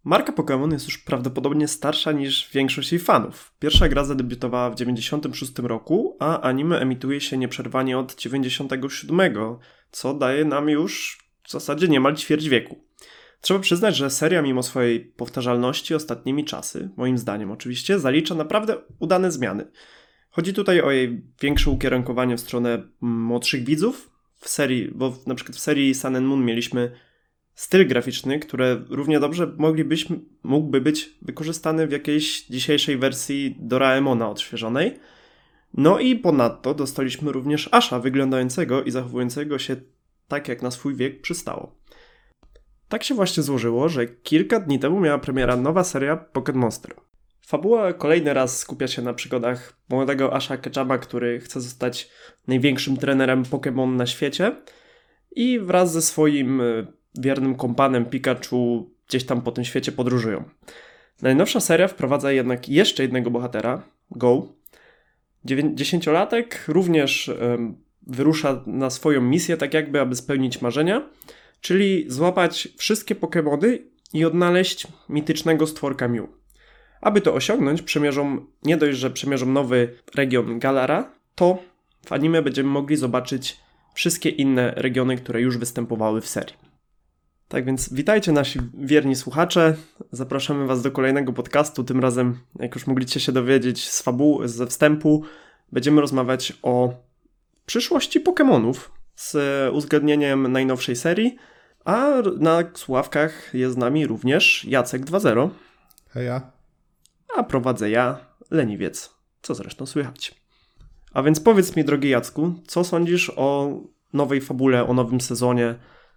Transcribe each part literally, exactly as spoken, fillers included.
Marka Pokémon jest już prawdopodobnie starsza niż większość jej fanów. Pierwsza gra zadebiutowała w dziewięćdziesiątym szóstym roku, a anime emituje się nieprzerwanie od dziewięćdziesiątego siódmego, co daje nam już w zasadzie niemal ćwierć wieku. Trzeba przyznać, że seria mimo swojej powtarzalności ostatnimi czasy, moim zdaniem oczywiście, zalicza naprawdę udane zmiany. Chodzi tutaj o jej większe ukierunkowanie w stronę młodszych widzów. W serii, bo na przykład w serii Sun and Moon mieliśmy styl graficzny, który równie dobrze moglibyśmy, mógłby być wykorzystany w jakiejś dzisiejszej wersji Doraemona odświeżonej. No i ponadto dostaliśmy również Asha wyglądającego i zachowującego się tak, jak na swój wiek przystało. Tak się właśnie złożyło, że kilka dni temu miała premiera nowa seria Pocket Monster. Fabuła kolejny raz skupia się na przygodach młodego Asha Ketchuma, który chce zostać największym trenerem Pokémon na świecie i wraz ze swoim wiernym kompanem Pikachu gdzieś tam po tym świecie podróżują. Najnowsza seria wprowadza jednak jeszcze jednego bohatera, Go. Dziesięciolatek również um, wyrusza na swoją misję, tak jakby, aby spełnić marzenia, czyli złapać wszystkie Pokémony i odnaleźć mitycznego stworka Mew. Aby to osiągnąć, przemierzą, nie dość, że przemierzą nowy region Galara, to w anime będziemy mogli zobaczyć wszystkie inne regiony, które już występowały w serii. Tak więc witajcie nasi wierni słuchacze, zapraszamy was do kolejnego podcastu, tym razem, jak już mogliście się dowiedzieć z fabuły, ze wstępu, będziemy rozmawiać o przyszłości Pokémonów z uwzględnieniem najnowszej serii, a na słuchawkach jest z nami również Jacek dwa zero. Heja. A prowadzę ja, leniwiec, co zresztą słychać. A więc powiedz mi, drogi Jacku, co sądzisz o nowej fabule, o nowym sezonie?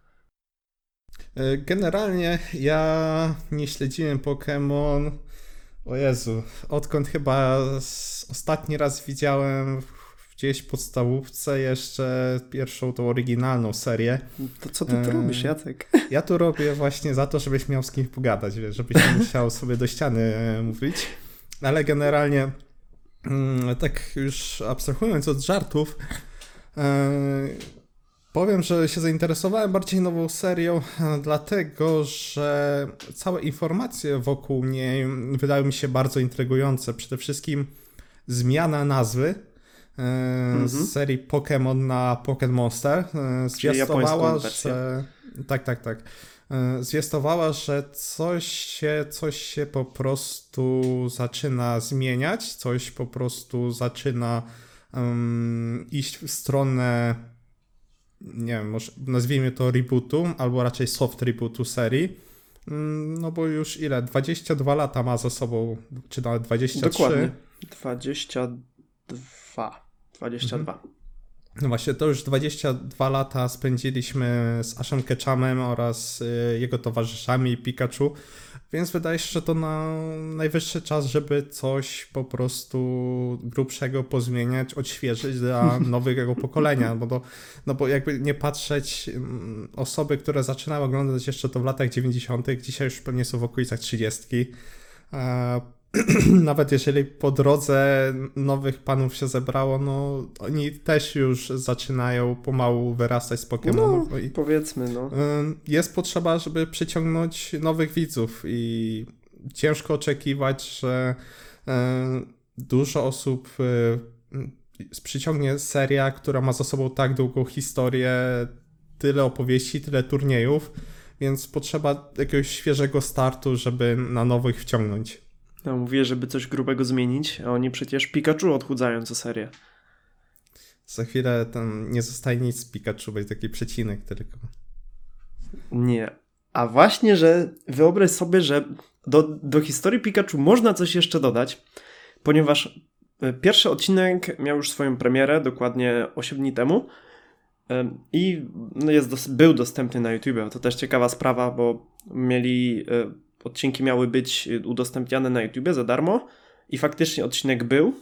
Generalnie ja nie śledziłem Pokémon, o Jezu, odkąd chyba ostatni raz widziałem gdzieś w podstawówce jeszcze pierwszą tą oryginalną serię. To co ty tu robisz, Jacek? Ja tu robię właśnie za to, żebyś miał z kimś pogadać, wiesz, żebyś nie musiał sobie do ściany mówić, ale generalnie tak już abstrahując od żartów, powiem, że się zainteresowałem bardziej nową serią, dlatego że całe informacje wokół niej wydały mi się bardzo intrygujące. Przede wszystkim zmiana nazwy mm-hmm. z serii Pokémon na Pocket Monster zwiastowała, że tak, tak, tak. Zwiastowała, że coś się, coś się po prostu zaczyna zmieniać, coś po prostu zaczyna um, iść w stronę, nie wiem, może nazwijmy to rebootu, albo raczej soft rebootu serii. No bo już ile? dwadzieścia dwa lata ma za sobą, czy nawet dwadzieścia trzy. Dokładnie. dwadzieścia dwa. dwadzieścia dwa. Mhm. No właśnie, to już dwadzieścia dwa lata spędziliśmy z Ashem Ketchumem oraz jego towarzyszami Pikachu, więc wydaje się, że to na najwyższy czas, żeby coś po prostu grubszego pozmieniać, odświeżyć dla nowego pokolenia, bo to, no bo jakby nie patrzeć, osoby, które zaczynały oglądać jeszcze to w latach dziewięćdziesiątych, dzisiaj już pewnie są w okolicach trzydziestki. Nawet jeżeli po drodze nowych panów się zebrało, no oni też już zaczynają pomału wyrastać z Pokemonów. No, i powiedzmy, no. Jest potrzeba, żeby przyciągnąć nowych widzów i ciężko oczekiwać, że dużo osób przyciągnie seria, która ma za sobą tak długą historię, tyle opowieści, tyle turniejów, więc potrzeba jakiegoś świeżego startu, żeby na nowych wciągnąć. No, mówię, żeby coś grubego zmienić, a oni przecież Pikachu odchudzają co serię. Za chwilę tam nie zostaje nic z Pikachu, będzie taki przecinek tylko. Nie. A właśnie, że wyobraź sobie, że do, do historii Pikachu można coś jeszcze dodać, ponieważ pierwszy odcinek miał już swoją premierę dokładnie osiem dni temu i jest, był dostępny na YouTube. To też ciekawa sprawa, bo mieli... Odcinki miały być udostępniane na YouTubie za darmo i faktycznie odcinek był.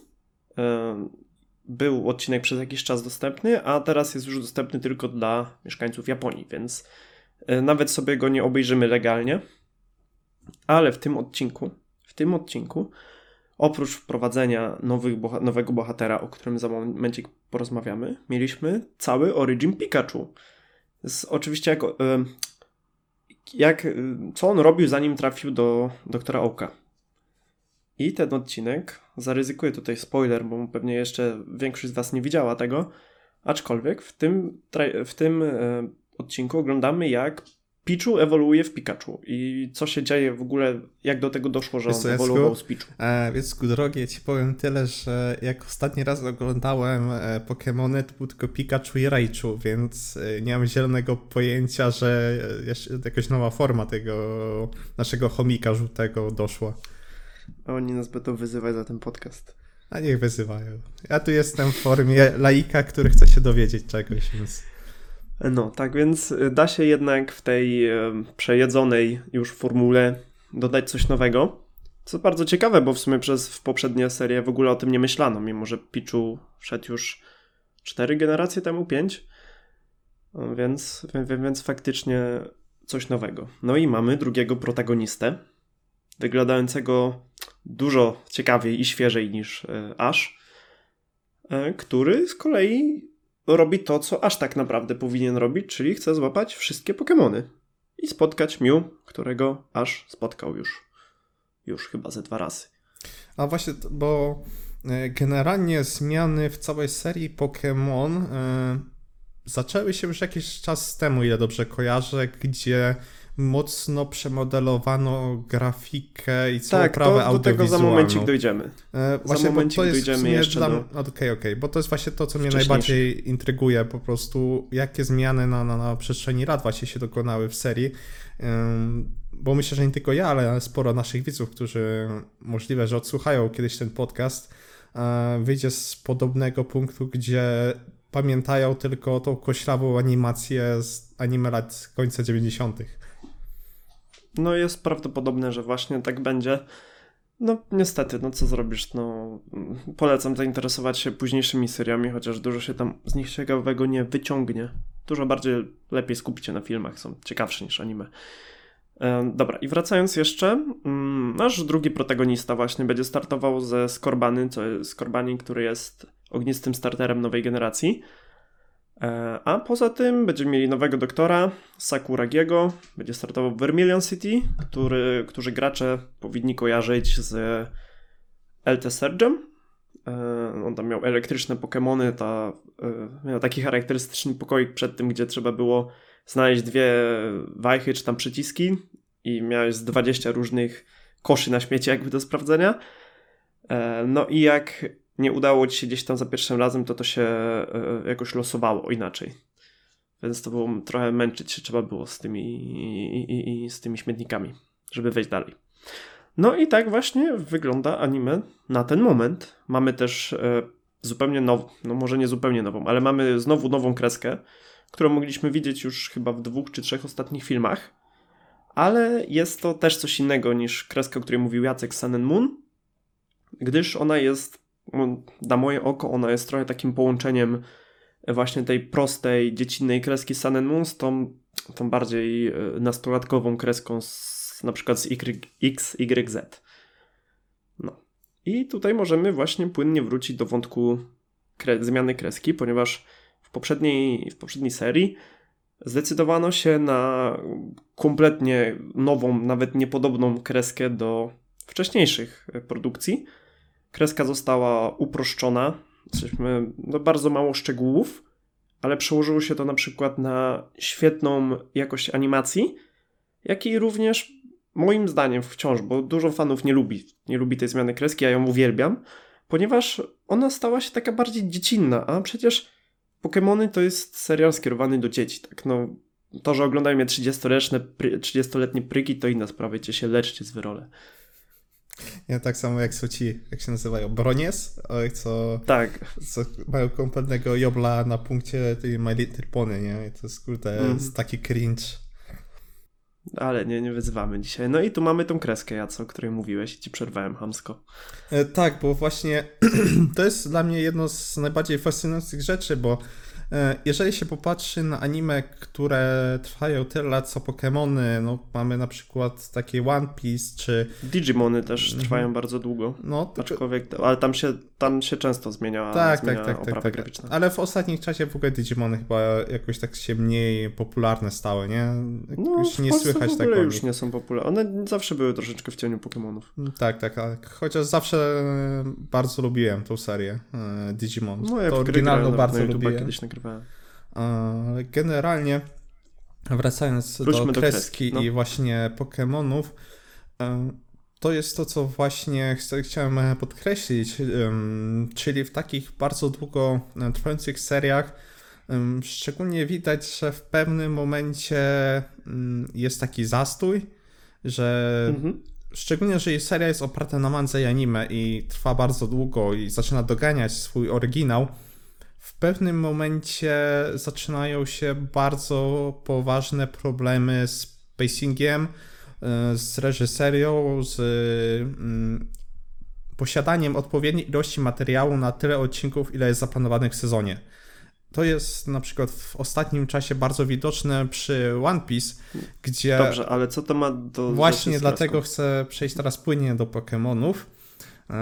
Był odcinek przez jakiś czas dostępny, a teraz jest już dostępny tylko dla mieszkańców Japonii, więc nawet sobie go nie obejrzymy legalnie. Ale w tym odcinku, w tym odcinku, oprócz wprowadzenia nowych, nowego bohatera, o którym za momencik porozmawiamy, mieliśmy cały origin Pikachu. Z, oczywiście jako... jak, co on robił, zanim trafił do doktora Oaka. I ten odcinek, zaryzykuję tutaj spoiler, bo pewnie jeszcze większość z was nie widziała tego, aczkolwiek w tym, w tym e, odcinku oglądamy, jak Pichu ewoluuje w Pikachu i co się dzieje w ogóle, jak do tego doszło, że on ewoluował z Pichu. E, więc drogie, ja ci powiem tyle, że jak ostatni raz oglądałem e, Pokemony, to był tylko Pikachu i Raichu, więc e, nie mam zielonego pojęcia, że jeszcze jakaś nowa forma tego naszego chomika żółtego doszła. Oni nas będą wyzywać za ten podcast. A niech wyzywają. Ja tu jestem w formie laika, który chce się dowiedzieć czegoś, więc... No, tak więc da się jednak w tej e, przejedzonej już formule dodać coś nowego, co bardzo ciekawe, bo w sumie przez w poprzednie serie w ogóle o tym nie myślano, mimo że Pichu szedł już cztery generacje temu, pięć, no, więc, więc, więc faktycznie coś nowego. No i mamy drugiego protagonistę, wyglądającego dużo ciekawiej i świeżej niż e, Ash, e, który z kolei robi to, co Ash tak naprawdę powinien robić, czyli chce złapać wszystkie Pokemony i spotkać Mew, którego Ash spotkał już, już chyba ze dwa razy. A właśnie, bo generalnie zmiany w całej serii Pokémon e, zaczęły się już jakiś czas temu, ile dobrze kojarzę, gdzie mocno przemodelowano grafikę i całą tak, prawę to, do audiowizualną. tego za momencik dojdziemy. E, właśnie, za momencik bo to jest dojdziemy jeszcze dla... do... Okej, okej, okay, bo to jest właśnie to, co mnie najbardziej intryguje, po prostu jakie zmiany na, na, na przestrzeni lat właśnie się dokonały w serii, um, bo myślę, że nie tylko ja, ale sporo naszych widzów, którzy możliwe, że odsłuchają kiedyś ten podcast, e, wyjdzie z podobnego punktu, gdzie pamiętają tylko tą koślawą animację z anime lat końca dziewięćdziesiątych. No jest prawdopodobne, że właśnie tak będzie. No niestety, no co zrobisz, no polecam zainteresować się późniejszymi seriami, chociaż dużo się tam z nich ciekawego nie wyciągnie. Dużo bardziej lepiej skupicie na filmach, są ciekawsze niż anime. E, dobra, i wracając jeszcze, mm, nasz drugi protagonista właśnie będzie startował ze Scorbunny, co jest Scorbunny, który jest ognistym starterem nowej generacji. A poza tym będziemy mieli nowego doktora, Sakuragiego, będzie startował w Vermilion City, który, którzy gracze powinni kojarzyć z L T Surge'em. On tam miał elektryczne Pokemony, ta, miał taki charakterystyczny pokoik przed tym, gdzie trzeba było znaleźć dwie wajchy czy tam przyciski i miałeś z dwadzieścia różnych koszy na śmieci jakby do sprawdzenia. No i jak nie udało ci się gdzieś tam za pierwszym razem, to to się y, jakoś losowało inaczej. Więc to było trochę męczyć się trzeba było z tymi, i, i, i z tymi śmietnikami, żeby wejść dalej. No i tak właśnie wygląda anime na ten moment. Mamy też y, zupełnie nową, no może nie zupełnie nową, ale mamy znowu nową kreskę, którą mogliśmy widzieć już chyba w dwóch czy trzech ostatnich filmach. Ale jest to też coś innego niż kreska, o której mówił Jacek, Sun and Moon, gdyż ona jest, na moje oko, ona jest trochę takim połączeniem właśnie tej prostej, dziecinnej kreski Sun and Moon z tą, tą bardziej nastolatkową kreską z, na przykład z X Y Z. No. I tutaj możemy właśnie płynnie wrócić do wątku kre- zmiany kreski, ponieważ w poprzedniej, w poprzedniej serii zdecydowano się na kompletnie nową, nawet niepodobną kreskę do wcześniejszych produkcji. Kreska została uproszczona, jesteśmy no, bardzo mało szczegółów, ale przełożyło się to na przykład na świetną jakość animacji, jak i również moim zdaniem wciąż, bo dużo fanów nie lubi, nie lubi tej zmiany kreski, ja ją uwielbiam, ponieważ ona stała się taka bardziej dziecinna, a przecież Pokemony to jest serial skierowany do dzieci, tak no, to, że oglądają mnie trzydziestoletnie pryki, to inna sprawa, wiecie, się leczcie z wyrole. Ja tak samo jak są ci, jak się nazywają, Bronies, co, tak. co mają kompletnego jobla na punkcie tej My Little Pony, nie? I to jest kurde, mm. jest taki cringe. Ale nie, nie wyzywamy dzisiaj. No i tu mamy tą kreskę, Jaco, o której mówiłeś i ci przerwałem chamsko. E, tak, bo właśnie to jest dla mnie jedno z najbardziej fascynujących rzeczy, bo Jeżeli się popatrzy na anime, które trwają tyle lat co Pokemony, no mamy na przykład takie One Piece, czy... Digimony też Mhm. trwają bardzo długo, No, tylko... aczkolwiek, ale tam się, tam się często zmienia, tak, zmienia tak, tak, tak, oprawa tak. graficzna. Ale w ostatnim czasie w ogóle Digimony chyba jakoś tak się mniej popularne stały, nie? No, Już w nie Polsce słychać w ogóle tego o już nich. nie są popularne. One zawsze były troszeczkę w cieniu Pokemonów. Tak, tak, tak. Chociaż zawsze bardzo lubiłem tą serię e, Digimon. No ja to w gry oryginalną grałem, bardzo na YouTube'a lubiłem. kiedyś nagrywałem. Ale generalnie wracając Wróćmy do do kreski, kreski, no. i właśnie Pokemonów, e, to jest to, co właśnie chcę, chciałem e, podkreślić, em, czyli w takich bardzo długo e, trwających seriach em, szczególnie widać, że w pewnym momencie em, jest taki zastój, że Mhm. szczególnie, że jej seria jest oparta na mandze i anime i trwa bardzo długo i zaczyna doganiać swój oryginał, w pewnym momencie zaczynają się bardzo poważne problemy z pacingiem, y, z reżyserią, z mm, posiadaniem odpowiedniej ilości materiału na tyle odcinków, ile jest zaplanowanych w sezonie. To jest na przykład w ostatnim czasie bardzo widoczne przy One Piece, gdzie... Dobrze, ale co to ma do... Właśnie rzeczy z dlatego kreską? chcę przejść teraz płynnie do Pokemonów. E,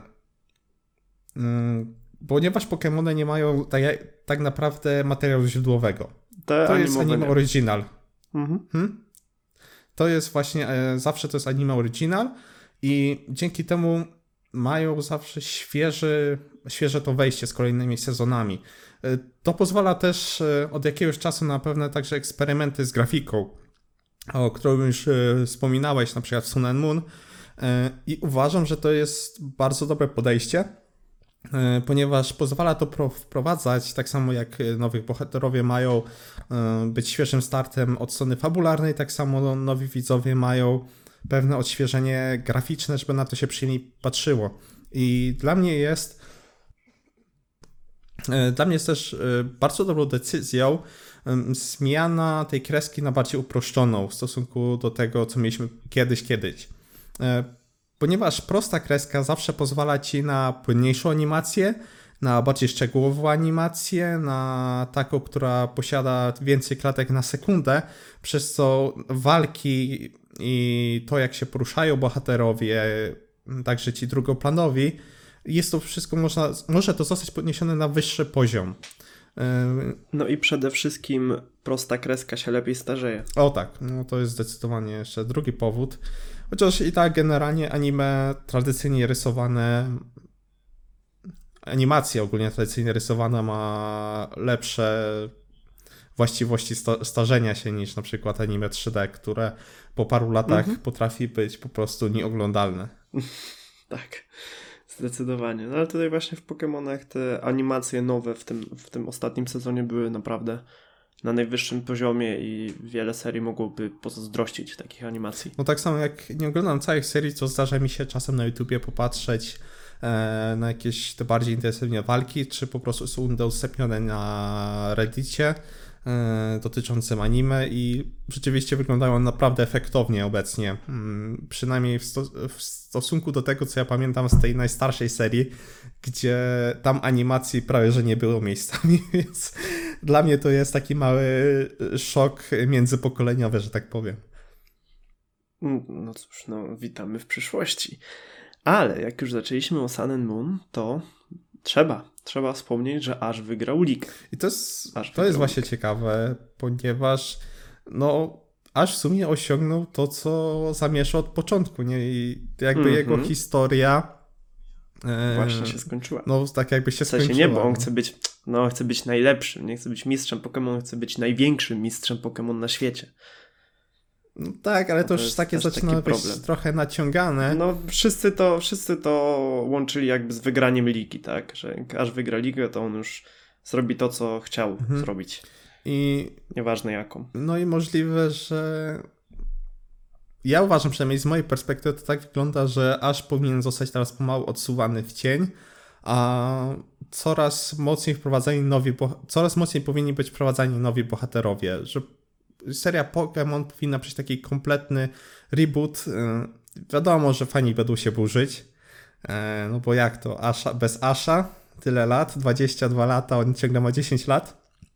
mm, ponieważ Pokemony nie mają tak, tak naprawdę materiału źródłowego. Te To jest animowe anime nie. original. Mhm. Hmm? To jest właśnie, e, zawsze to jest anime original i dzięki temu mają zawsze świeży, świeże to wejście z kolejnymi sezonami. E, to pozwala też e, od jakiegoś czasu na pewne także eksperymenty z grafiką, o którą już e, wspominałeś, na przykład w Sun and Moon. E, I uważam, że to jest bardzo dobre podejście, e, ponieważ pozwala to pro- wprowadzać, tak samo jak e, nowych bohaterowie mają e, być świeżym startem od strony fabularnej, tak samo nowi widzowie mają pewne odświeżenie graficzne, żeby na to się przyjemniej patrzyło. I dla mnie jest e, dla mnie jest też e, bardzo dobrą decyzją em, zmiana tej kreski na bardziej uproszczoną w stosunku do tego, co mieliśmy kiedyś, kiedyś. E, Ponieważ prosta kreska zawsze pozwala ci na płynniejszą animację, na bardziej szczegółową animację, na taką, która posiada więcej klatek na sekundę, przez co walki i to, jak się poruszają bohaterowie, także ci drugoplanowi, jest to wszystko, można, może to zostać podniesione na wyższy poziom. No i przede wszystkim prosta kreska się lepiej starzeje. O tak, no to jest zdecydowanie jeszcze drugi powód. Chociaż i tak generalnie anime tradycyjnie rysowane, animacja ogólnie tradycyjnie rysowana ma lepsze właściwości sta- starzenia się niż na przykład anime trzy D, które po paru latach Mhm. potrafi być po prostu nieoglądalne. Tak, zdecydowanie. No ale tutaj właśnie w Pokemonach te animacje nowe w tym, w tym ostatnim sezonie były naprawdę na najwyższym poziomie i wiele serii mogłoby pozazdrościć takich animacji. No tak samo jak nie oglądam całych serii, to zdarza mi się czasem na YouTubie popatrzeć e, na jakieś te bardziej intensywne walki, czy po prostu są udostępnione na Reddicie e, dotyczącym anime i rzeczywiście wyglądają naprawdę efektownie obecnie. Mm, przynajmniej w, sto- w stosunku do tego, co ja pamiętam z tej najstarszej serii, gdzie tam animacji prawie że nie było miejscami, więc dla mnie to jest taki mały szok międzypokoleniowy, że tak powiem. No cóż, no witamy w przyszłości. Ale jak już zaczęliśmy o Sun and Moon, to trzeba, trzeba wspomnieć, że Ash wygrał ligę. I to jest, Aż to jest wygrał właśnie ligę. ciekawe, ponieważ no, aż w sumie osiągnął to, co zamierzał od początku, nie? I jakby Mhm. jego historia e, Właśnie się skończyła. no tak jakby się W sensie skończyła. nie, bo on no. chce być, no chce być najlepszym, nie chce być mistrzem Pokémon, chce być największym mistrzem Pokémon na świecie. No tak, ale to, to już jest takie też zaczyna taki być problem. trochę naciągane. No wszyscy to, wszyscy to łączyli jakby z wygraniem ligi, tak? Że jak Ash wygra ligę, to on już zrobi to, co chciał Mhm. zrobić. I Nieważne jaką. no i możliwe, że ja uważam, przynajmniej z mojej perspektywy, to tak wygląda, że aż powinien zostać teraz pomału odsuwany w cień, a coraz mocniej wprowadzani nowi, boh- coraz mocniej powinni być wprowadzani nowi bohaterowie, że seria Pokémon powinna przejść taki kompletny reboot. Yy, Wiadomo, że fani będą się burzyć, yy, no bo jak to, Asha, bez Asha, tyle lat, dwadzieścia dwa lata, on ciągle ma dziesięć lat.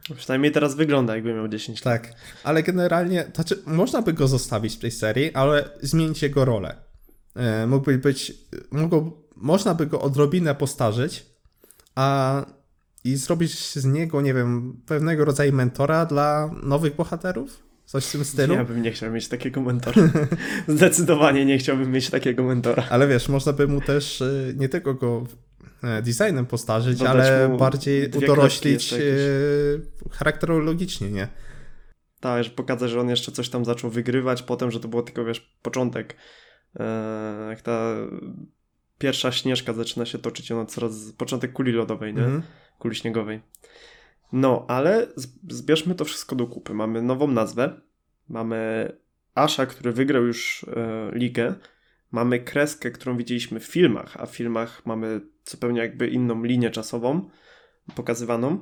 Przynajmniej teraz wygląda, jakby miał dziesięć lat. Tak, ale generalnie, to znaczy, można by go zostawić w tej serii, ale zmienić jego rolę. E, mógłby być, mógł, można by go odrobinę postarzyć, a i zrobić z niego, nie wiem, pewnego rodzaju mentora dla nowych bohaterów? Coś w tym stylu? Ja bym nie chciał mieć takiego mentora. Zdecydowanie nie chciałbym mieć takiego mentora. Ale wiesz, można by mu też e, nie tylko go e, designem postarzyć, Dodać ale mu bardziej dwie udoroślić klatki e, jeszcze charakterologicznie, nie? Tak, że pokazać, że on jeszcze coś tam zaczął wygrywać, potem, że to było tylko, wiesz, początek. Eee, jak ta pierwsza Śnieżka zaczyna się toczyć, ona coraz, początek kuli lodowej, nie? Mhm. Kuli śniegowej. No, ale z- zbierzmy to wszystko do kupy. Mamy nową nazwę, mamy Asha, który wygrał już e, ligę, mamy Kreskę, którą widzieliśmy w filmach, a w filmach mamy zupełnie jakby inną linię czasową pokazywaną.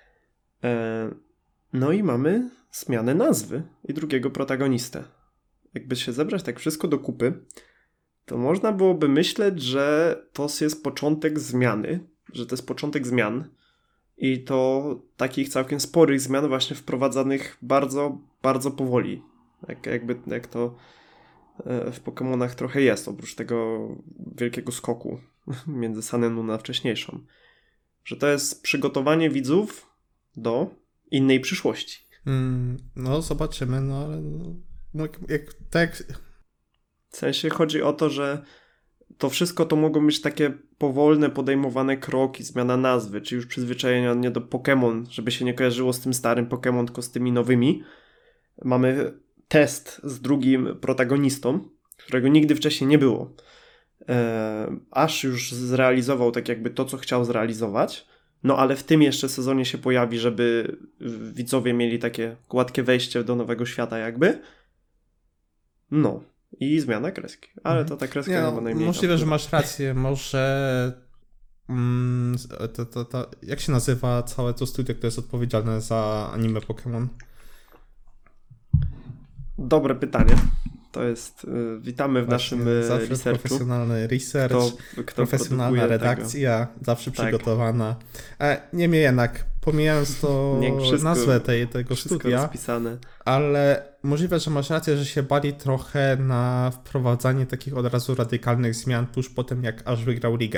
E, no i mamy zmianę nazwy i drugiego protagonistę. Jakby się zebrać tak wszystko do kupy, to można byłoby myśleć, że to jest początek zmiany, że to jest początek zmian i to takich całkiem sporych zmian właśnie wprowadzanych bardzo, bardzo powoli. Jak, jakby, jak to e, w Pokemonach trochę jest, oprócz tego wielkiego skoku między Sanenu na wcześniejszą. Że to jest przygotowanie widzów do innej przyszłości. Mm, no, zobaczymy, no ale no, no, jak, jak, tak. W sensie chodzi o to, że to wszystko to mogą być takie powolne, podejmowane kroki, zmiana nazwy, czy już przyzwyczajenia nie do Pokémon, żeby się nie kojarzyło z tym starym Pokémon, tylko z tymi nowymi. Mamy test z drugim protagonistą, którego nigdy wcześniej nie było. Eee, Ash już zrealizował tak jakby to, co chciał zrealizować, no ale w tym jeszcze sezonie się pojawi, żeby widzowie mieli takie gładkie wejście do nowego świata jakby. No. I zmiana kreski. Ale to ta kreska Nie, nie no, ma najmniej. możliwe, tam. że masz rację. Może. Mm, to, to, to, jak się nazywa całe to studio, które jest odpowiedzialne za anime Pokémon? Dobre pytanie. To jest. Y, witamy w Właśnie, naszym y, zawsze researchu. profesjonalny research, Kto, kto profesjonalna produkuje redakcja, zawsze Tak. przygotowana. E, niemniej jednak, pomijając to Niech wszystko- nazwę tej, tego Wszystko studia, rozpisane. ale możliwe, że masz rację, że się bali trochę na wprowadzanie takich od razu radykalnych zmian tuż po tym, jak aż wygrał ligę.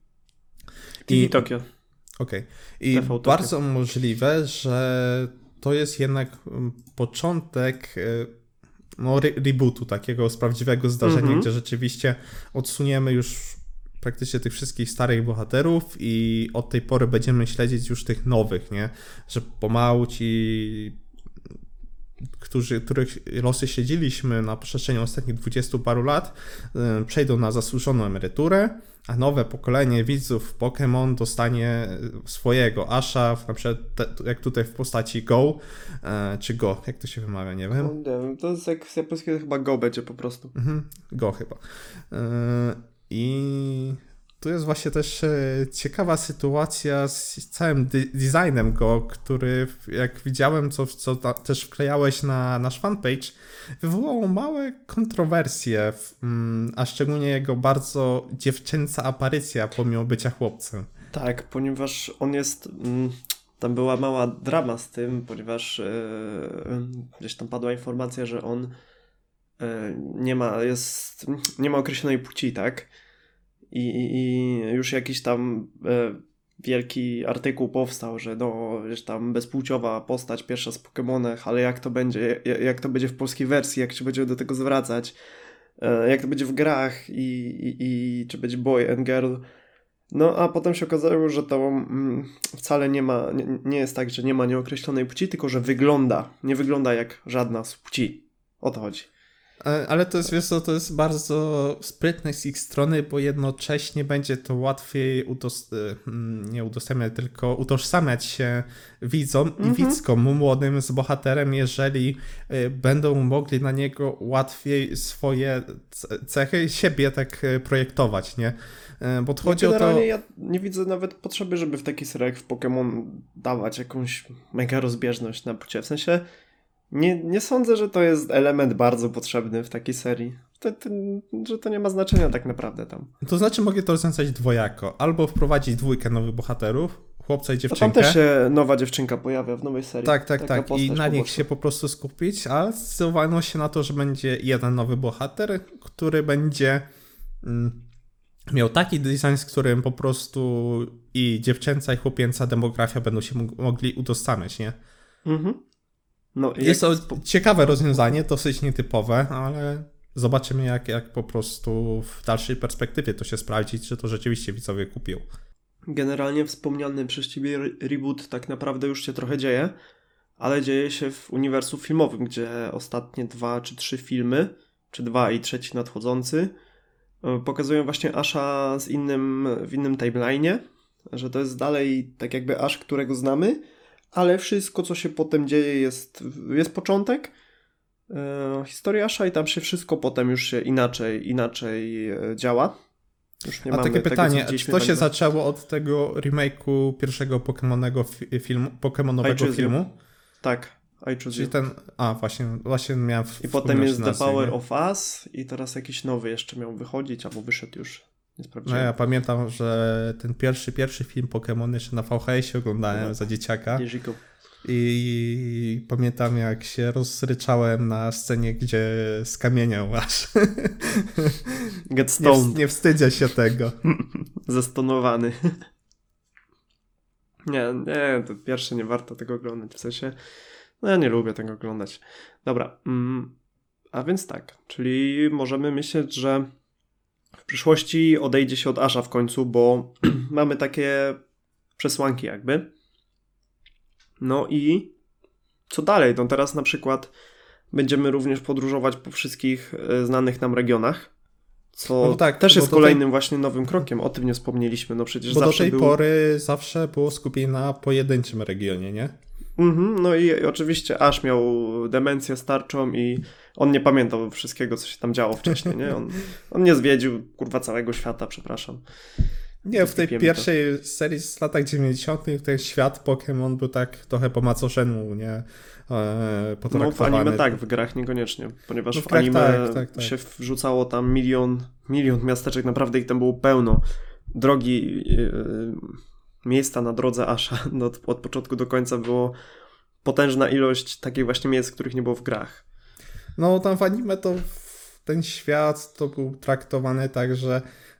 T V Tokio. Okej. I T V Tokio. bardzo możliwe, że to jest jednak mm, początek y, no, re- rebootu, takiego z prawdziwego zdarzenia, Mhm. gdzie rzeczywiście odsuniemy już praktycznie tych wszystkich starych bohaterów i od tej pory będziemy śledzić już tych nowych, nie? Że pomału ci, którzy, których losy śledziliśmy na przestrzeni ostatnich dwudziestu paru lat, y, przejdą na zasłużoną emeryturę, a nowe pokolenie widzów Pokémon dostanie swojego Asha, na przykład te, jak tutaj w postaci Go, e, czy Go, jak to się wymawia, nie wiem. No, nie wiem, to jest jak z japońskiego chyba Go będzie po prostu. Mhm, Go chyba. E, I tu jest właśnie też e, ciekawa sytuacja z całym de- designem Go, który jak widziałem, co, co ta, też wklejałeś na nasz fanpage, wywołało małe kontrowersje, w, mm, a szczególnie jego bardzo dziewczęca aparycja pomimo bycia chłopcem. Tak, ponieważ on jest. Mm, tam była mała drama z tym, ponieważ e, gdzieś tam padła informacja, że on e, nie ma, jest, nie ma określonej płci, tak? I, i, i już jakiś tam e, wielki artykuł powstał, że no, wiesz, tam bezpłciowa postać pierwsza z Pokemonach, ale jak to będzie, jak, jak to będzie w polskiej wersji, jak się będzie do tego zwracać, e, jak to będzie w grach i, i, i czy będzie boy and girl. No a potem się okazało, że to mm, wcale nie ma, nie, nie jest tak, że nie ma nieokreślonej płci, tylko że wygląda, nie wygląda jak żadna z płci. O to chodzi. E, Ale to jest, wiesz co, to jest bardzo sprytne z ich strony, bo jednocześnie będzie to łatwiej udos- e, mm, nie udostępniać, tylko utożsamiać się widzom i Mhm. widzkom młodym z bohaterem, jeżeli e, będą mogli na niego łatwiej swoje ce- cechy siebie tak e, projektować, nie? E, Bo chodzi o to... Generalnie ja nie widzę nawet potrzeby, żeby w taki serial jak w Pokémon dawać jakąś mega rozbieżność na płcie. W sensie nie, nie sądzę, że to jest element bardzo potrzebny w takiej serii. To, to, że to nie ma znaczenia tak naprawdę tam. To znaczy mogę to rozwiązać dwojako. Albo wprowadzić dwójkę nowych bohaterów, chłopca i No dziewczynkę. tam też się nowa dziewczynka pojawia w nowej serii. Tak, tak, Taka tak. I postać na nich poboczna. się po prostu skupić, a zdecydowano się na to, że będzie jeden nowy bohater, który będzie mm, miał taki design, z którym po prostu i dziewczęca, i chłopięca demografia będą się mógł- mogli utożsamiać, nie? Mhm. No, i Jest to jak spo- ciekawe rozwiązanie, dosyć nietypowe, ale zobaczymy jak, jak po prostu w dalszej perspektywie to się sprawdzi, czy to rzeczywiście widzowie kupią. Generalnie wspomniany przez ciebie re- reboot tak naprawdę już się trochę dzieje, ale dzieje się w uniwersum filmowym, gdzie ostatnie dwa czy trzy filmy, czy dwa i trzeci nadchodzący, y, pokazują właśnie Asha z innym, w innym timeline'ie, że to jest dalej tak jakby Ash, którego znamy, ale wszystko, co się potem dzieje, jest, jest początek y, historii Asha i tam się wszystko potem już się inaczej, inaczej y, działa. Już nie A mamy takie tego, co pytanie, czy widzieliśmy to w się anime. zaczęło od tego remake'u pierwszego Pokemonego fi- filmu, I Pokemonowego choose you. filmu? Tak, I choose Czyli you. ten, a właśnie, właśnie miałem w I potem wspomnieć jest The nazwę, Power nie? of Us i teraz jakiś nowy jeszcze miał wychodzić, albo wyszedł już. Nie No sprawdziłem. ja pamiętam, że ten pierwszy, pierwszy film Pokémon jeszcze na V H S-ie oglądałem No. za dzieciaka Jeziku. i pamiętam jak się rozryczałem na scenie, gdzie skamieniał aż. Get nie, stoned. w, nie wstydzę się tego. Zestonowany. nie, nie, to pierwsze nie warto tego oglądać. W sensie, no ja nie lubię tego oglądać. Dobra, mm, a więc tak, czyli możemy myśleć, że w przyszłości odejdzie się od Asha w końcu, bo mamy takie przesłanki jakby. No i co dalej? No teraz na przykład będziemy również podróżować po wszystkich e, znanych nam regionach, co No tak, też bo jest do tej- kolejnym właśnie nowym krokiem. O tym nie wspomnieliśmy. No przecież Bo do zawsze tej był... pory zawsze było skupienie na pojedynczym regionie, nie? Mhm, no i oczywiście Ash miał demencję starczą i on nie pamiętał wszystkiego, co się tam działo wcześniej, nie? On, on nie zwiedził, kurwa, całego świata, przepraszam. Nie, w tej Wypiemy pierwszej serii z latach dziewięćdziesiątych ten świat Pokémon był tak trochę po macoszemu, nie? E, No w potraktowany. anime tak, w grach niekoniecznie, ponieważ No w w grach anime tak, tak, tak. się wrzucało tam milion, milion miasteczek, naprawdę ich tam było pełno. Drogi, yy, miejsca na drodze Asha no, od, od początku do końca było potężna ilość takich właśnie miejsc, których nie było w grach. No tam w anime to w- ten świat to był traktowany tak, że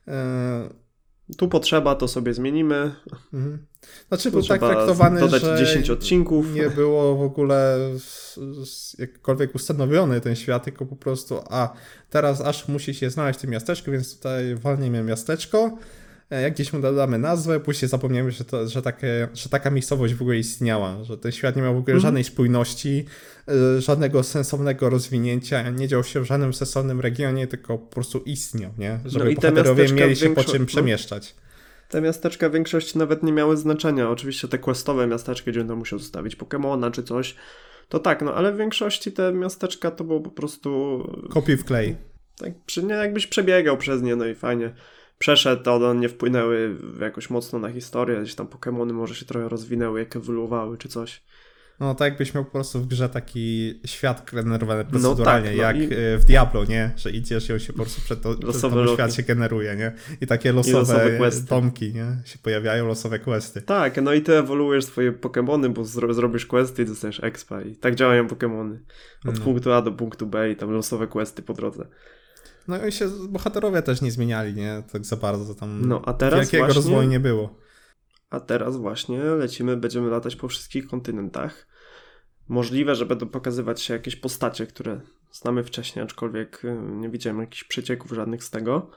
e, Tu potrzeba, to sobie zmienimy. mhm. Znaczy Tu był tak trzeba traktowany, dodać że dziesięć odcinków. nie było w ogóle s- s- jakkolwiek ustanowiony ten świat, tylko po prostu a teraz aż musi się znaleźć w tym miasteczku, więc tutaj walniemy miasteczko, e, jak gdzieś mu dodamy nazwę, później zapomniemy, że, to, że, takie, że taka miejscowość w ogóle istniała, że ten świat nie miał w ogóle Mhm. żadnej spójności, e, żadnego sensownego rozwinięcia, nie dział się w żadnym sensownym regionie, tylko po prostu istniał, nie? Żeby No i te bohaterowie miasteczka mieli się po większo- czym no. przemieszczać. Te miasteczka w większości nawet nie miały znaczenia. Oczywiście te questowe miasteczka, gdzie on musiał zostawić Pokemona czy coś, to tak, no ale w większości te miasteczka to było po prostu... Kopiuj w klej. Tak, przy, nie, jakbyś przebiegał przez nie, no i fajnie przeszedł, to one nie wpłynęły jakoś mocno na historię, gdzieś tam Pokemony może się trochę rozwinęły, jak ewoluowały czy coś. No tak jakbyś miał po prostu w grze taki świat generowany No proceduralnie, tak, no jak i- y, w Diablo, nie? Że idziesz i on się po prostu przed to, przed Losowe tobą loki. świat się generuje, nie? I takie losowe, losowe questy. domki, nie? Się pojawiają, losowe questy. Tak, no i ty ewoluujesz swoje Pokemony, bo zro- zrobisz questy i dostajesz expa i tak działają Pokemony. Od No. punktu A do punktu B i tam losowe questy po drodze. No i się bohaterowie też nie zmieniali, nie? Tak za bardzo tam No, a teraz wielkiego właśnie- rozwoju nie było. A teraz właśnie lecimy, będziemy latać po wszystkich kontynentach. Możliwe, że będą pokazywać się jakieś postacie, które znamy wcześniej, aczkolwiek y, nie widziałem jakichś przecieków żadnych z tego.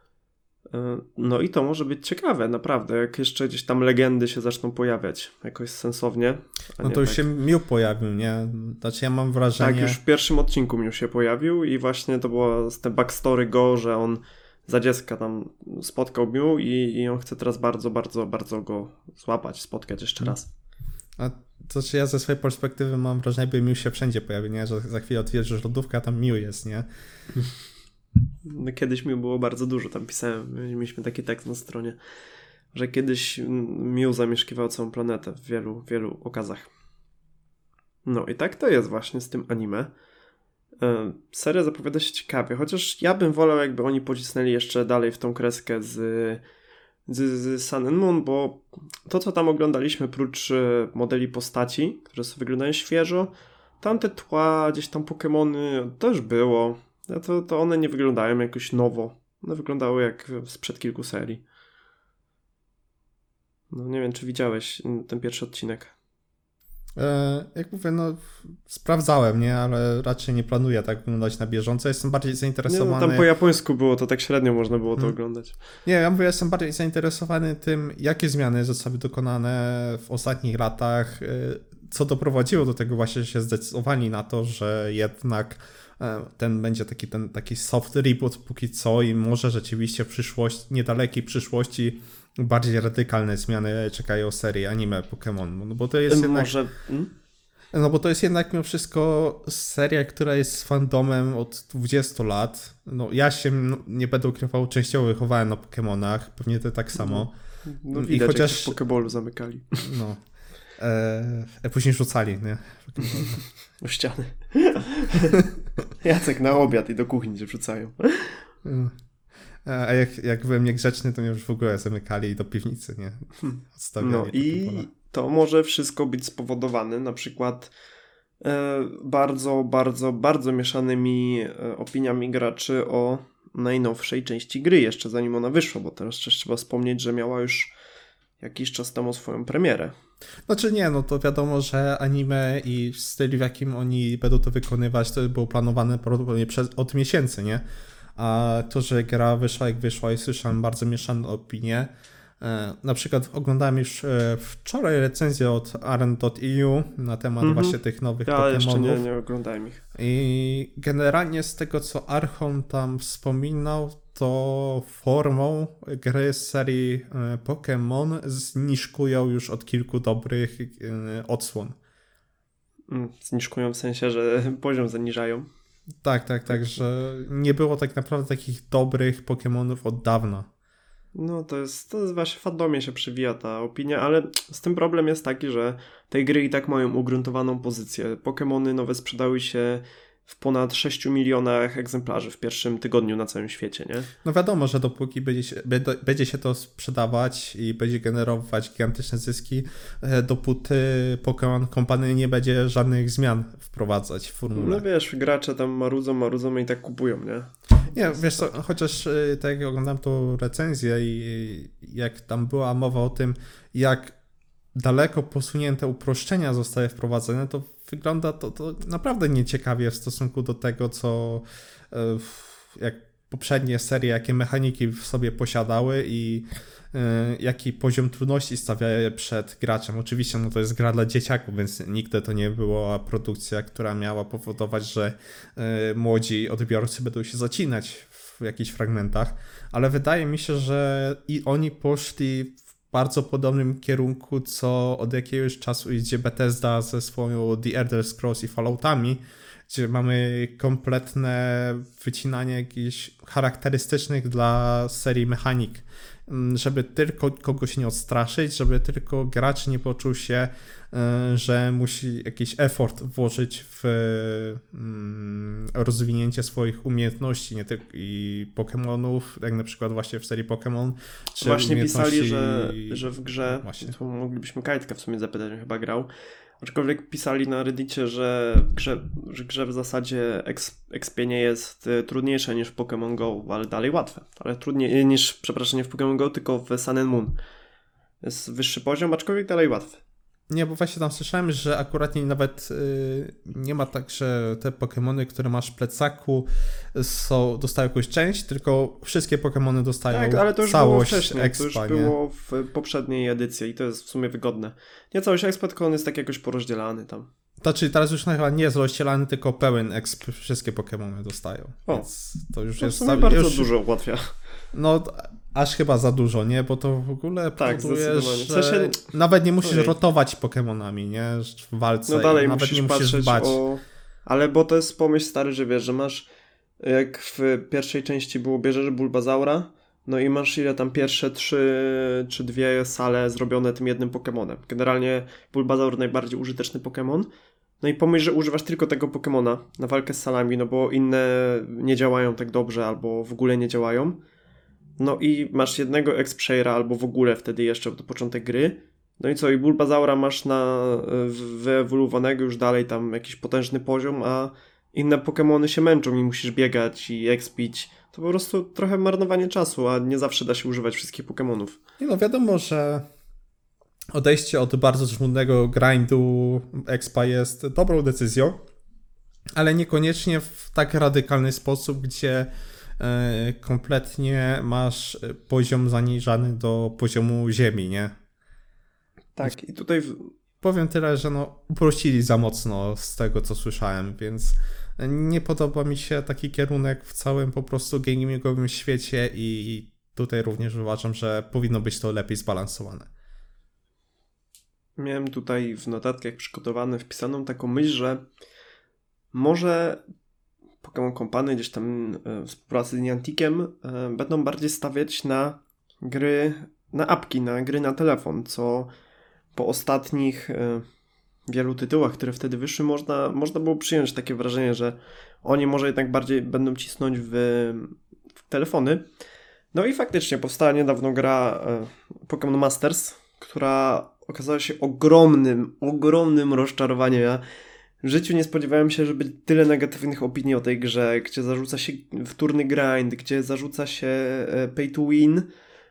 Y, No i to może być ciekawe, naprawdę, jak jeszcze gdzieś tam legendy się zaczną pojawiać jakoś sensownie. a No nie to już tak. się Mew pojawił, nie? Znaczy ja mam wrażenie... Tak, już w pierwszym odcinku Mew się pojawił i właśnie to było z te backstory go, że on za dziecka tam spotkał Mew i, i on chce teraz bardzo, bardzo, bardzo go złapać, spotkać jeszcze raz. A to czy ja ze swojej perspektywy mam wrażenie, jakby Mew się wszędzie pojawił, nie? Że za chwilę otwierdzisz lodówkę, a tam Mew jest, nie? No, kiedyś Mew było bardzo dużo, tam pisałem, mieliśmy taki tekst na stronie, że kiedyś Mew zamieszkiwał całą planetę w wielu, wielu okazach. No i tak to jest właśnie z tym anime. E, Seria zapowiada się ciekawie, chociaż ja bym wolał, jakby oni pocisnęli jeszcze dalej w tą kreskę z z, z Sun and Moon, bo to, co tam oglądaliśmy, prócz e, modeli postaci, które sobie wyglądają świeżo, tamte tła, gdzieś tam Pokemony, to już było. To, to one nie wyglądają jakoś nowo. One wyglądały jak sprzed kilku serii. No nie wiem, czy widziałeś ten pierwszy odcinek. E, jak mówię, no sprawdzałem, nie, ale raczej nie planuję tak oglądać na bieżąco. Jestem bardziej zainteresowany... Nie, no, tam po japońsku było, to tak średnio można było to hmm. oglądać. Nie, ja mówię, jestem bardziej zainteresowany tym, jakie zmiany zostały dokonane w ostatnich latach, co doprowadziło do tego właśnie, że się zdecydowali na to, że jednak ten będzie taki, ten, taki soft reboot póki co i może rzeczywiście w przyszłości, niedalekiej przyszłości bardziej radykalne zmiany czekają serię anime Pokémon. No bo to jest jednak... Może... Hmm? No bo to jest jednak mimo wszystko seria, która jest fandomem od dwudziestu lat. No ja się, no, nie będę ukrywał, częściowo wychowałem na Pokémonach, pewnie ty tak samo. No widać, I chociaż... jak w Pokeballu zamykali. No. E, e później rzucali, nie? O ściany. Jacek na obiad i do kuchni się wrzucają. A jak, jak byłem niegrzeczny, to mnie już w ogóle zamykali do piwnicy, nie? Odstawiali. No i to może wszystko być spowodowane na przykład e, bardzo, bardzo, bardzo mieszanymi e, opiniami graczy o najnowszej części gry, jeszcze zanim ona wyszła, bo teraz też trzeba wspomnieć, że miała już jakiś czas temu swoją premierę. Znaczy nie, no to wiadomo, że anime i styl, w jakim oni będą to wykonywać, to było planowane prawdopodobnie przez, od miesięcy, nie? A to, że gra wyszła jak wyszła i słyszałem bardzo mieszane opinie. Na przykład oglądałem już wczoraj recenzję od Aren kropka e u na temat mm-hmm. właśnie tych nowych ja Pokemonów. jeszcze nie, nie oglądałem ich. I generalnie z tego, co Archon tam wspominał, to formą gry z serii Pokémon zniszkują już od kilku dobrych odsłon. Zniszkują w sensie, że poziom zaniżają. Tak, tak, tak, że nie było tak naprawdę takich dobrych Pokémonów od dawna. No to jest, to jest właśnie w fandomie się przewija ta opinia, ale z tym problem jest taki, że te gry i tak mają ugruntowaną pozycję. Pokémony nowe sprzedały się w ponad sześciu milionach egzemplarzy w pierwszym tygodniu na całym świecie, nie? No wiadomo, że dopóki będzie się, będzie się to sprzedawać i będzie generować gigantyczne zyski, dopóty Pokémon Company nie będzie żadnych zmian wprowadzać w formule. No wiesz, gracze tam marudzą, marudzą i tak kupują, nie? Nie, wiesz co, chociaż tak jak oglądałem tą recenzję i jak tam była mowa o tym, jak daleko posunięte uproszczenia zostały wprowadzone, to wygląda to, to naprawdę nieciekawie w stosunku do tego, co jak poprzednie serie, jakie mechaniki w sobie posiadały i jaki poziom trudności stawiały przed graczem. Oczywiście no to jest gra dla dzieciaków, więc nigdy to nie była produkcja, która miała powodować, że młodzi odbiorcy będą się zacinać w jakichś fragmentach, ale wydaje mi się, że i oni poszli w bardzo podobnym kierunku, co od jakiegoś czasu idzie Bethesda ze swoją The Elder Scrolls i Falloutami, gdzie mamy kompletne wycinanie jakichś charakterystycznych dla serii mechanik, żeby tylko kogoś nie odstraszyć, żeby tylko gracz nie poczuł się, że musi jakiś effort włożyć w rozwinięcie swoich umiejętności, nie tylko i Pokémonów, jak na przykład właśnie w serii Pokémon. Czy właśnie umiejętności... pisali, że, że w grze, no to moglibyśmy Kajtka w sumie zapytać, że chyba grał, aczkolwiek pisali na Reddicie, że w grze, że grze w zasadzie expienie jest trudniejsze niż w Pokémon Go, ale dalej łatwe. Ale trudniej niż, przepraszam, nie w Pokémon Go, tylko w Sun and Moon. Jest wyższy poziom, aczkolwiek dalej łatwy. Nie, bo właśnie tam słyszałem, że akurat nie, nawet yy, nie ma tak, że te Pokemony, które masz w plecaku są, dostają jakąś część, tylko wszystkie Pokemony dostają tak, ale to już całość było wcześniej, expa, to już nie? było w poprzedniej edycji i to jest w sumie wygodne. Nie, całość expa, tylko on jest tak jakoś porozdzielany tam. To czyli teraz już chyba nie jest rozdzielany, tylko pełen exp wszystkie Pokemony dostają. O, więc to już to jest w sumie bardzo już, dużo ułatwia. No, aż chyba za dużo, nie? Bo to w ogóle tak, powoduje, że w sensie... nawet nie musisz Ojej. rotować Pokemonami, nie? W walce. No dalej nawet musisz nie musisz patrzeć dbać. o... Ale bo to jest pomysł stary, że wiesz, że masz, jak w pierwszej części było, bierzesz Bulbazaura, no i masz ile tam pierwsze trzy czy dwie sale zrobione tym jednym Pokemonem. Generalnie Bulbazaur najbardziej użyteczny Pokemon. No i pomyśl, że używasz tylko tego Pokemona na walkę z salami, no bo inne nie działają tak dobrze albo w ogóle nie działają. No i masz jednego X-Playera albo w ogóle wtedy jeszcze do początek gry. No i co, i Bulbazaura masz na wyewoluowanego już dalej tam jakiś potężny poziom, a inne Pokemony się męczą i musisz biegać i expić. To po prostu trochę marnowanie czasu, a nie zawsze da się używać wszystkich Pokemonów. Nie no, wiadomo, że odejście od bardzo żmudnego grindu expa jest dobrą decyzją, ale niekoniecznie w tak radykalny sposób, gdzie e, kompletnie masz poziom zaniżany do poziomu ziemi, nie? Tak, i tutaj... W... Powiem tyle, że no uprościli za mocno z tego, co słyszałem, więc nie podoba mi się taki kierunek w całym po prostu gamingowym świecie i tutaj również uważam, że powinno być to lepiej zbalansowane. Miałem tutaj w notatkach przygotowane wpisaną taką myśl, że może Pokémon Company gdzieś tam w współpracy z Nianticiem będą bardziej stawiać na gry, na apki, na gry na telefon, co po ostatnich wielu tytułach, które wtedy wyszły, można, można było przyjąć takie wrażenie, że oni może jednak bardziej będą cisnąć w, w telefony. No i faktycznie powstała niedawno gra Pokémon Masters, która okazała się ogromnym, ogromnym rozczarowaniem. Ja w życiu nie spodziewałem się, żeby tyle negatywnych opinii o tej grze, gdzie zarzuca się wtórny grind, gdzie zarzuca się pay to win.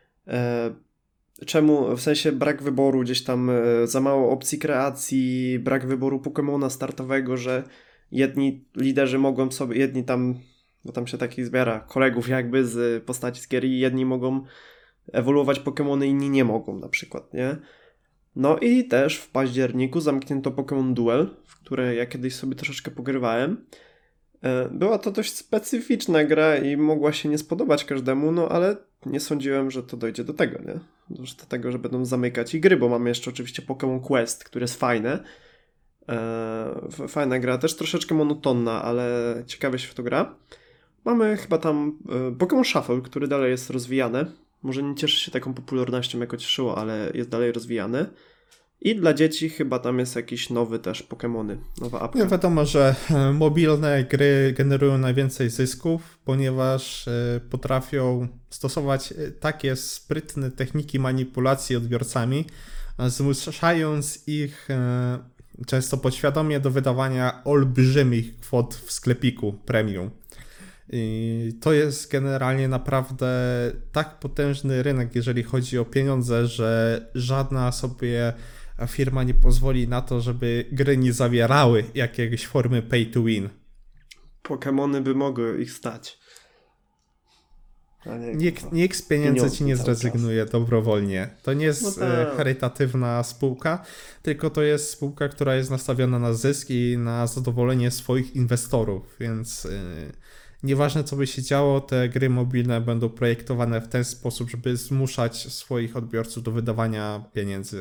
Czemu? W sensie brak wyboru, gdzieś tam za mało opcji kreacji, brak wyboru Pokemona startowego, że jedni liderzy mogą sobie, jedni tam, bo tam się takich zbiera kolegów jakby z postaci z gier i jedni mogą ewoluować Pokemony, inni nie mogą na przykład, nie? No i też w październiku zamknięto Pokémon Duel, w które ja kiedyś sobie troszeczkę pogrywałem. Była to dość specyficzna gra i mogła się nie spodobać każdemu, no ale nie sądziłem, że to dojdzie do tego, nie? Do tego, że będą zamykać i gry, bo mamy jeszcze oczywiście Pokémon Quest, które jest fajne. Eee, fajna gra, też troszeczkę monotonna, ale ciekawie się w to gra. Mamy chyba tam e, Pokémon Shuffle, który dalej jest rozwijany. Może nie cieszy się taką popularnością, jako cieszyło, ale jest dalej rozwijany. I dla dzieci chyba tam jest jakiś nowy też Pokemony, nowa apka. No wiadomo, że mobilne gry generują najwięcej zysków, ponieważ potrafią stosować takie sprytne techniki manipulacji odbiorcami, zmuszając ich często podświadomie do wydawania olbrzymich kwot w sklepiku premium. I to jest generalnie naprawdę tak potężny rynek, jeżeli chodzi o pieniądze, że żadna sobie firma nie pozwoli na to, żeby gry nie zawierały jakiejś formy pay to win. Pokemony by mogły ich stać. Nie, nikt, nikt z pieniędzy ci nie zrezygnuje czas. dobrowolnie. To nie jest no tak. charytatywna spółka, tylko to jest spółka, która jest nastawiona na zysk i na zadowolenie swoich inwestorów, więc yy, nieważne co by się działo, te gry mobilne będą projektowane w ten sposób, żeby zmuszać swoich odbiorców do wydawania pieniędzy.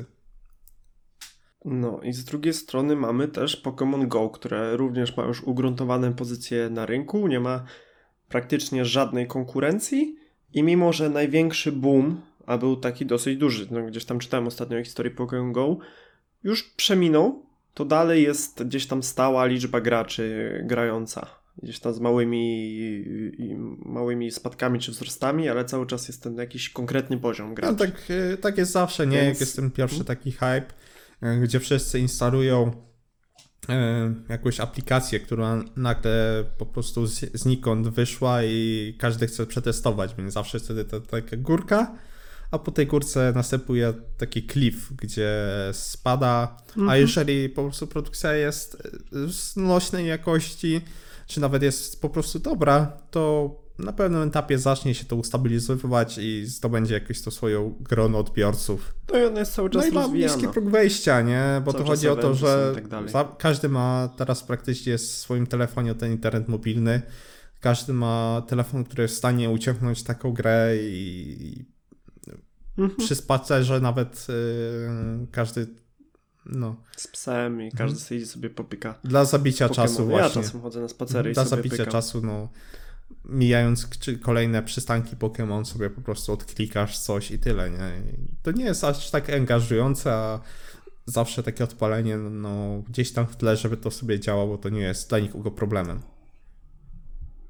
No i z drugiej strony mamy też Pokémon Go, które również ma już ugruntowane pozycje na rynku, nie ma praktycznie żadnej konkurencji i mimo, że największy boom, a był taki dosyć duży, no gdzieś tam czytałem ostatnio o historii Pokémon Go, już przeminął, to dalej jest gdzieś tam stała liczba graczy grająca. Gdzieś tam z małymi, małymi spadkami czy wzrostami, ale cały czas jest ten jakiś konkretny poziom graczy. No tak, tak jest zawsze, nie? Więc... Jak jest ten pierwszy taki hype, gdzie wszyscy instalują e, jakąś aplikację, która nagle po prostu z, znikąd wyszła i każdy chce przetestować, więc zawsze wtedy to taka górka, a po tej górce następuje taki cliff, gdzie spada, mhm. a jeżeli po prostu produkcja jest znośnej jakości, czy nawet jest po prostu dobra, to na pewnym etapie zacznie się to ustabilizowywać i zdobędzie jakieś to swoją grono odbiorców. To on jest cały czas no i ma niski próg wejścia, nie? Bo cały to chodzi o to, że tak za, każdy ma teraz praktycznie w swoim telefonie ten internet mobilny. Każdy ma telefon, który jest w stanie uciągnąć taką grę i mhm. przy spacerze nawet yy, każdy no. z psem i każdy mhm. sobie sobie popika. Dla zabicia Pokémon. czasu właśnie. Ja czasem chodzę na spacery Dla i sobie zabicia pykam. czasu, no mijając kolejne przystanki Pokémon sobie po prostu odklikasz coś i tyle, nie? To nie jest aż tak angażujące, a zawsze takie odpalenie, no gdzieś tam w tle, żeby to sobie działało, to nie jest dla nikogo problemem.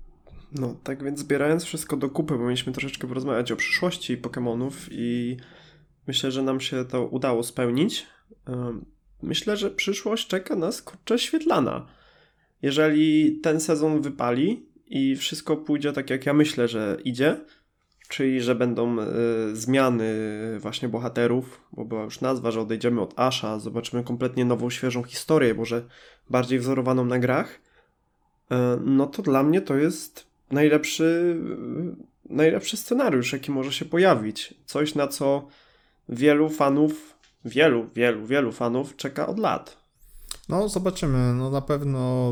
No, tak więc zbierając wszystko do kupy, bo mieliśmy troszeczkę porozmawiać o przyszłości Pokemonów i myślę, że nam się to udało spełnić. Myślę, że przyszłość czeka nas, kurczę, świetlana. Jeżeli ten sezon wypali i wszystko pójdzie tak, jak ja myślę, że idzie, czyli że będą y, zmiany właśnie bohaterów, bo była już nazwa, że odejdziemy od Asha, zobaczymy kompletnie nową, świeżą historię, może bardziej wzorowaną na grach, y, no to dla mnie to jest najlepszy, y, najlepszy scenariusz, jaki może się pojawić. Coś, na co wielu fanów, wielu, wielu, wielu fanów czeka od lat. No, zobaczymy. No na pewno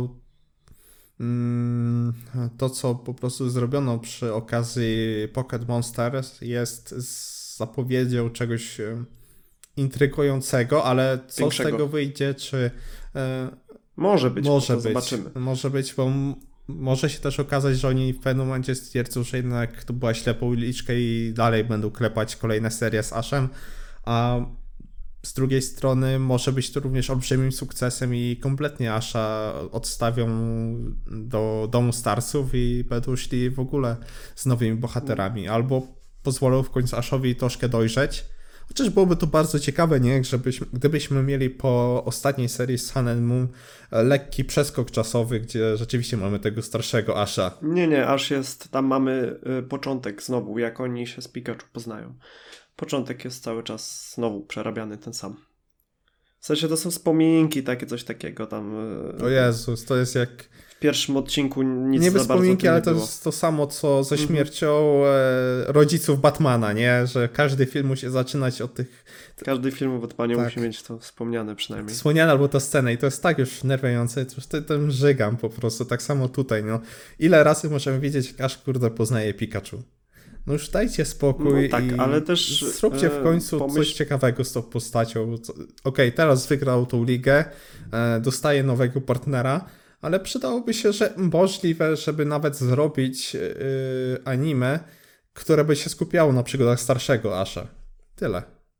mm, to, co po prostu zrobiono przy okazji Pocket Monsters jest z zapowiedzią czegoś e, intrygującego, ale co Większego. z tego wyjdzie, czy e, Może być, może to być, zobaczymy. może być, bo m- może się też okazać, że oni w pewnym momencie stwierdzą, że jednak to była ślepa uliczka i dalej będą klepać kolejne serie z Ashem, a z drugiej strony może być to również olbrzymim sukcesem i kompletnie Asha odstawią do domu Starsów i będą szli w ogóle z nowymi bohaterami. Albo pozwolą w końcu Ashowi troszkę dojrzeć. Chociaż byłoby to bardzo ciekawe, nie? Żebyśmy, gdybyśmy mieli po ostatniej serii z Sun and Moon lekki przeskok czasowy, gdzie rzeczywiście mamy tego starszego Asha. Nie, nie, aż jest, tam mamy y, początek znowu, jak oni się z Pikachu poznają. Początek jest cały czas znowu przerabiany ten sam. W sensie to są wspominki, takie coś takiego tam. y, O Jezus, to jest jak... W pierwszym odcinku nic nie za bardzo wspominki, tym ale nie to było. jest to samo, co ze Mhm. śmiercią e, rodziców Batmana, nie? Że każdy film musi zaczynać od tych Każdy film o Batmanie Tak. musi mieć to wspomniane przynajmniej. wspomniane albo to sceny i to jest tak już nerwiające, to już ty- tym żygam po prostu, tak samo tutaj, no. Ile razy możemy widzieć, jak aż kurde poznaje Pikachu? No już dajcie spokój No tak, i ale też, zróbcie w e, końcu coś pomyśl- ciekawego z tą postacią. Co- Okej, teraz wygrał tą ligę, e, dostaje nowego partnera, ale przydałoby się, że możliwe, żeby nawet zrobić yy, anime, które by się skupiało na przygodach starszego Asha. Tyle.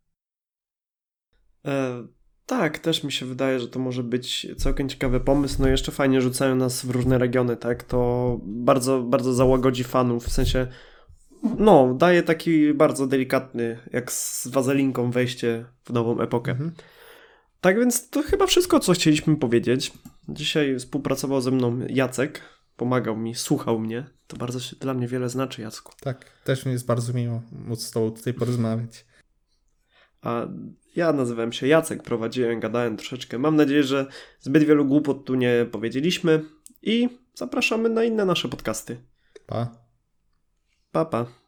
E, tak, też mi się wydaje, że to może być całkiem ciekawy pomysł. No i jeszcze fajnie rzucają nas w różne regiony, tak? To bardzo, bardzo załagodzi fanów, w sensie no, daje taki bardzo delikatny, jak z wazelinką wejście w nową epokę. Mhm. Tak więc to chyba wszystko, co chcieliśmy powiedzieć. Dzisiaj współpracował ze mną Jacek, pomagał mi, słuchał mnie. To bardzo się dla mnie wiele znaczy, Jacku. Tak, też mi jest bardzo miło móc z tobą tutaj porozmawiać. A ja nazywałem się Jacek, prowadziłem, gadałem troszeczkę. Mam nadzieję, że zbyt wielu głupot tu nie powiedzieliśmy i zapraszamy na inne nasze podcasty. Pa. Pa, pa.